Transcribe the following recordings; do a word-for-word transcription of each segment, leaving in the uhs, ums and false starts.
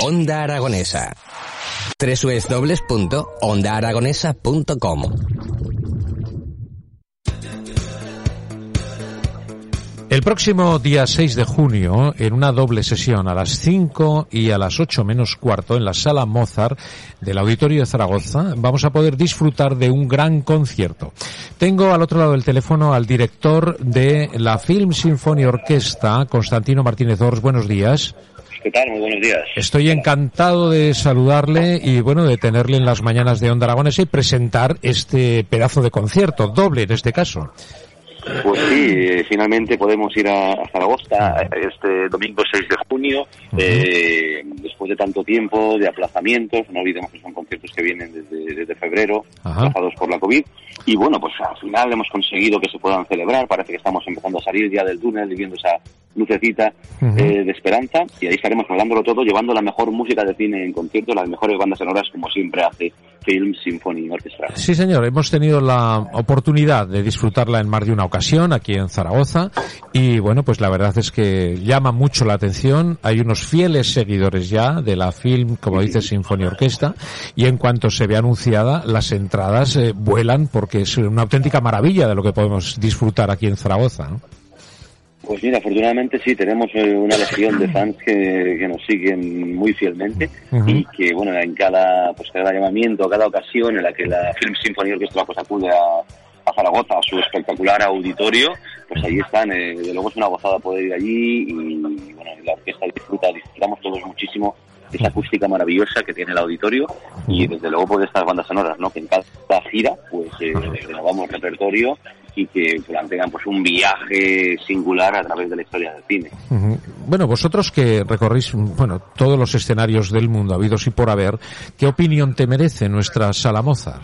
Onda Aragonesa. doble u doble u doble u punto onda aragonesa punto com. El próximo día seis de junio, en una doble sesión a las cinco y a las ocho menos cuarto en la Sala Mozart del Auditorio de Zaragoza, vamos a poder disfrutar de un gran concierto. Tengo al otro lado del teléfono al director de la Film Symphony Orquesta, Constantino Martínez Ors. Buenos días. ¿Qué tal? Muy buenos días. Estoy encantado de saludarle y, bueno, de tenerle en las mañanas de Onda Aragonesa y presentar este pedazo de concierto, doble en este caso. Pues sí, finalmente podemos ir a, a Zaragoza este domingo seis de junio, uh-huh. eh, después de tanto tiempo de aplazamientos. No olvidemos que son conciertos que vienen desde, desde febrero, aplazados por la COVID, y bueno, pues al final hemos conseguido que se puedan celebrar. Parece que estamos empezando a salir ya del túnel y viendo esa lucecita uh-huh. eh, de esperanza, y ahí estaremos hablándolo todo, llevando la mejor música de cine en concierto, las mejores bandas sonoras, como siempre hace Film Symphony Orchestra. Sí, señor, hemos tenido la oportunidad de disfrutarla en más de una ocasión aquí en Zaragoza, y bueno, pues la verdad es que llama mucho la atención. Hay unos fieles seguidores ya de la Film, como dice, Symphony Orquesta, y en cuanto se ve anunciada, las entradas eh, vuelan, porque es una auténtica maravilla de lo que podemos disfrutar aquí en Zaragoza, ¿no? Pues mira, afortunadamente sí, tenemos una legión de fans que, que nos siguen muy fielmente, uh-huh. y que, bueno, en cada pues cada llamamiento, cada ocasión en la que la Film Symphony Orchestra pues acude a, a Zaragoza, a su espectacular auditorio, pues ahí están. Eh, de luego es una gozada poder ir allí, y bueno, la orquesta disfruta, disfrutamos todos muchísimo de esa acústica maravillosa que tiene el auditorio, y desde luego pues de estas bandas sonoras, ¿no? Que en cada gira pues eh, renovamos repertorio y que plantean pues un viaje singular a través de la historia del cine. Uh-huh. Bueno, vosotros que recorrís, bueno, todos los escenarios del mundo habidos y por haber, ¿qué opinión te merece nuestra Sala Mozart?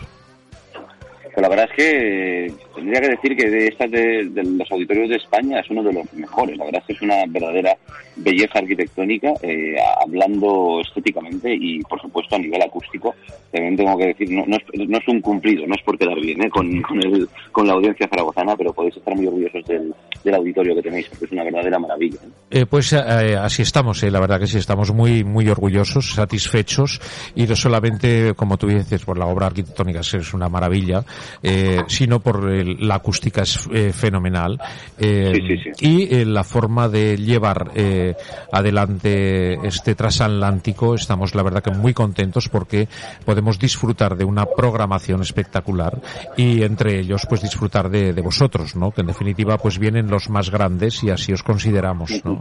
Pues la verdad es que tendría que decir que de estas de, de los auditorios de España es uno de los mejores. La verdad es que es una verdadera belleza arquitectónica, eh, hablando estéticamente y, por supuesto, a nivel acústico. También tengo que decir, no, no, es, no es un cumplido, no es por quedar bien, ¿eh? con, con, el, con la audiencia zaragozana, pero podéis estar muy orgullosos del, del auditorio que tenéis, porque es una verdadera maravilla, ¿eh? Eh, pues eh, así estamos, eh, la verdad que sí, estamos muy muy orgullosos, satisfechos, y no solamente, como tú dices, por la obra arquitectónica es una maravilla, eh, sino por el, la acústica es eh, fenomenal, eh, sí, sí, sí. y eh, la forma de llevar eh, adelante este transatlántico. Estamos, la verdad, que muy contentos porque podemos disfrutar de una programación espectacular, y entre ellos pues disfrutar de, de vosotros, ¿no? Que en definitiva pues vienen los más grandes y así os consideramos, ¿no?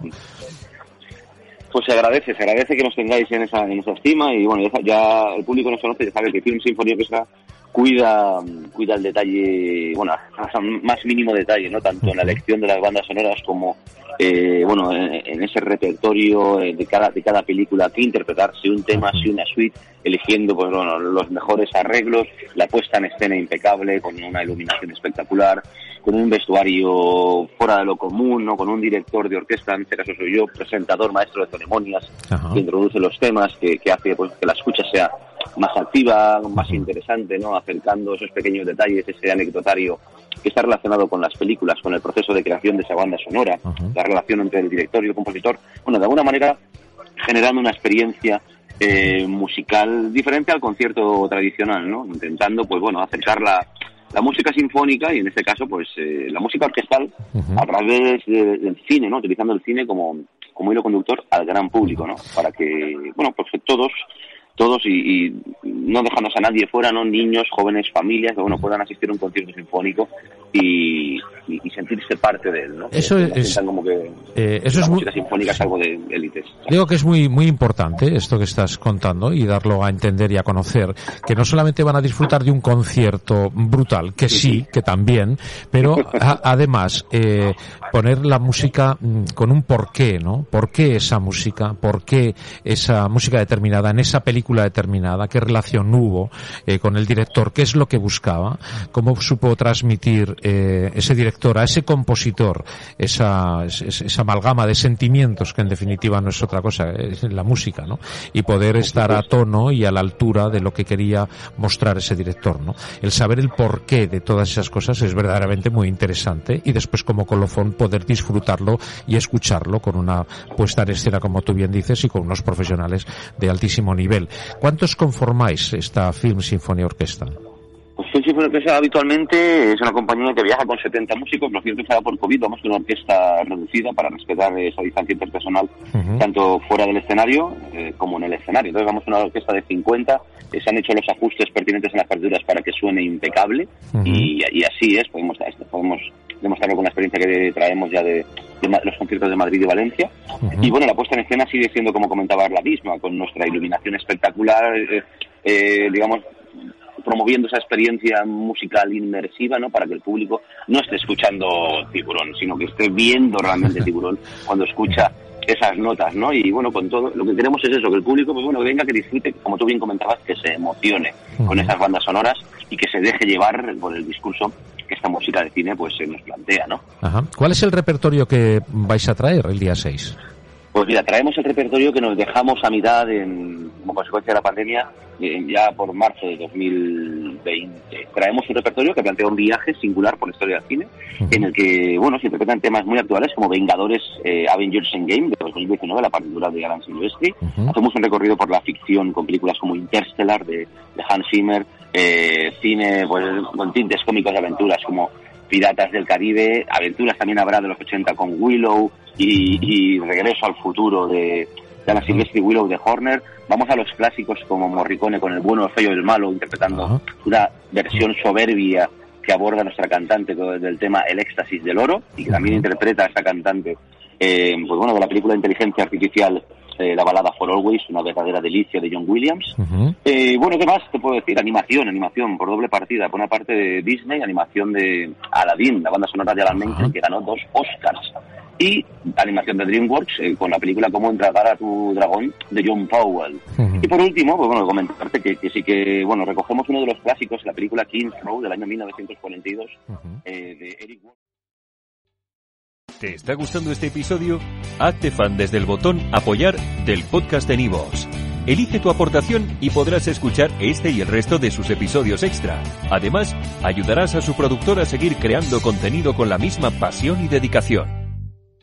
Pues se agradece, se agradece que nos tengáis en esa, en esa estima, y bueno, ya, ya el público nos conoce, ya sabe que Film Symphony Orchestra cuida cuida el detalle, bueno, hasta más mínimo detalle, ¿no? Tanto en la elección de las bandas sonoras como eh, bueno, en, en ese repertorio de cada de cada película que interpretar, si un tema, si una suite, eligiendo pues bueno, los mejores arreglos, la puesta en escena impecable, con una iluminación espectacular, con un vestuario fuera de lo común, ¿no? Con un director de orquesta, en este caso soy yo, presentador, maestro de ceremonias, Ajá. que introduce los temas, que, que hace pues que la escucha sea más activa, más interesante, ¿no? Acercando esos pequeños detalles, ese anecdotario que está relacionado con las películas, con el proceso de creación de esa banda sonora, uh-huh. la relación entre el director y el compositor, bueno, de alguna manera generando una experiencia eh, musical diferente al concierto tradicional, ¿no? Intentando, pues bueno, acercar la, la música sinfónica, y en este caso, pues eh, la música orquestal, uh-huh. a través de, del cine, ¿no? Utilizando el cine como, como hilo conductor al gran público, ¿no? Para que, bueno, pues que todos todos y, y no dejamos a nadie fuera, ¿no? Niños, jóvenes, familias, que bueno, puedan asistir a un concierto sinfónico y, y, y sentirse parte de él, ¿no? Eso que es como que eh, eso la es música muy, sinfónica es algo de élites. Digo que es muy muy importante esto que estás contando, y darlo a entender y a conocer, que no solamente van a disfrutar de un concierto brutal, que sí, que también, pero a, además eh, poner la música con un porqué, ¿no? ¿Por qué esa música? ¿Por qué esa música determinada en esa película película determinada, qué relación hubo eh, con el director, qué es lo que buscaba, cómo supo transmitir eh, ese director a ese compositor esa, esa, esa amalgama de sentimientos que en definitiva no es otra cosa, es la música, ¿no? Y poder estar a tono y a la altura de lo que quería mostrar ese director, ¿no? El saber el porqué de todas esas cosas es verdaderamente muy interesante, y después como colofón poder disfrutarlo y escucharlo con una puesta en escena, como tú bien dices, y con unos profesionales de altísimo nivel. ¿Cuántos conformáis esta Film Symphony Orchestra? Pues Film Symphony Orchestra habitualmente es una compañía que viaja con setenta músicos. Lo cierto es que ahora por COVID vamos con una orquesta reducida para respetar esa distancia interpersonal, uh-huh. tanto fuera del escenario eh, como en el escenario. Entonces vamos con una orquesta de cincuenta, eh, se han hecho los ajustes pertinentes en las partituras para que suene impecable, uh-huh. y, y así es, podemos, podemos demostrarlo con la experiencia que traemos ya de, de los conciertos de Madrid y Valencia. Uh-huh. Y bueno, la puesta en escena sigue siendo, como comentaba, la misma, con nuestra iluminación espectacular, eh, eh, digamos, promoviendo esa experiencia musical inmersiva, ¿no? Para que el público no esté escuchando Tiburón, sino que esté viendo realmente Tiburón cuando escucha esas notas, ¿no? Y bueno, con todo, lo que queremos es eso, que el público, pues bueno, que venga, que disfrute, como tú bien comentabas, que se emocione uh-huh. con esas bandas sonoras y que se deje llevar por el discurso que esta música de cine pues se nos plantea, ¿no? Ajá. ¿Cuál es el repertorio que vais a traer el día seis? Pues mira, traemos el repertorio que nos dejamos a mitad en, como consecuencia de la pandemia, eh, ya por marzo de dos mil veinte. Traemos un repertorio que plantea un viaje singular por la historia del cine, uh-huh. en el que, bueno, se interpretan temas muy actuales como Vengadores, eh, Avengers Endgame de dos mil diecinueve, la partitura de Alan Silvestri. Uh-huh. Hacemos un recorrido por la ficción con películas como Interstellar de, de Hans Zimmer, eh, cine pues con tintes cómicos de aventuras como Piratas del Caribe, aventuras también habrá de los ochenta con Willow y, y Regreso al Futuro de, de Alan Silvestri, Willow de Horner. Vamos a los clásicos como Morricone con El bueno, el feo y el malo, interpretando uh-huh. una versión soberbia que aborda nuestra cantante del tema El éxtasis del oro, y que también uh-huh. interpreta a esta cantante, eh, pues bueno, de la película de Inteligencia Artificial, eh, la balada For Always, una verdadera delicia de John Williams. Uh-huh. Eh, bueno, ¿qué más te puedo decir? Animación, animación por doble partida. Por una parte de Disney, animación de Aladdin, la banda sonora de Alan Menken, uh-huh. que ganó dos Oscars. Y animación de DreamWorks, eh, con la película Cómo entregar a tu dragón, de John Powell. Uh-huh. Y por último, pues bueno, comentarte que, que sí que, bueno, recogemos uno de los clásicos, la película King's Row, del año mil novecientos cuarenta y dos, uh-huh. eh, de Eric Ward. ¿Te está gustando este episodio? Hazte fan desde el botón Apoyar del podcast de Nivos. Elige tu aportación y podrás escuchar este y el resto de sus episodios extra. Además, ayudarás a su productor a seguir creando contenido con la misma pasión y dedicación.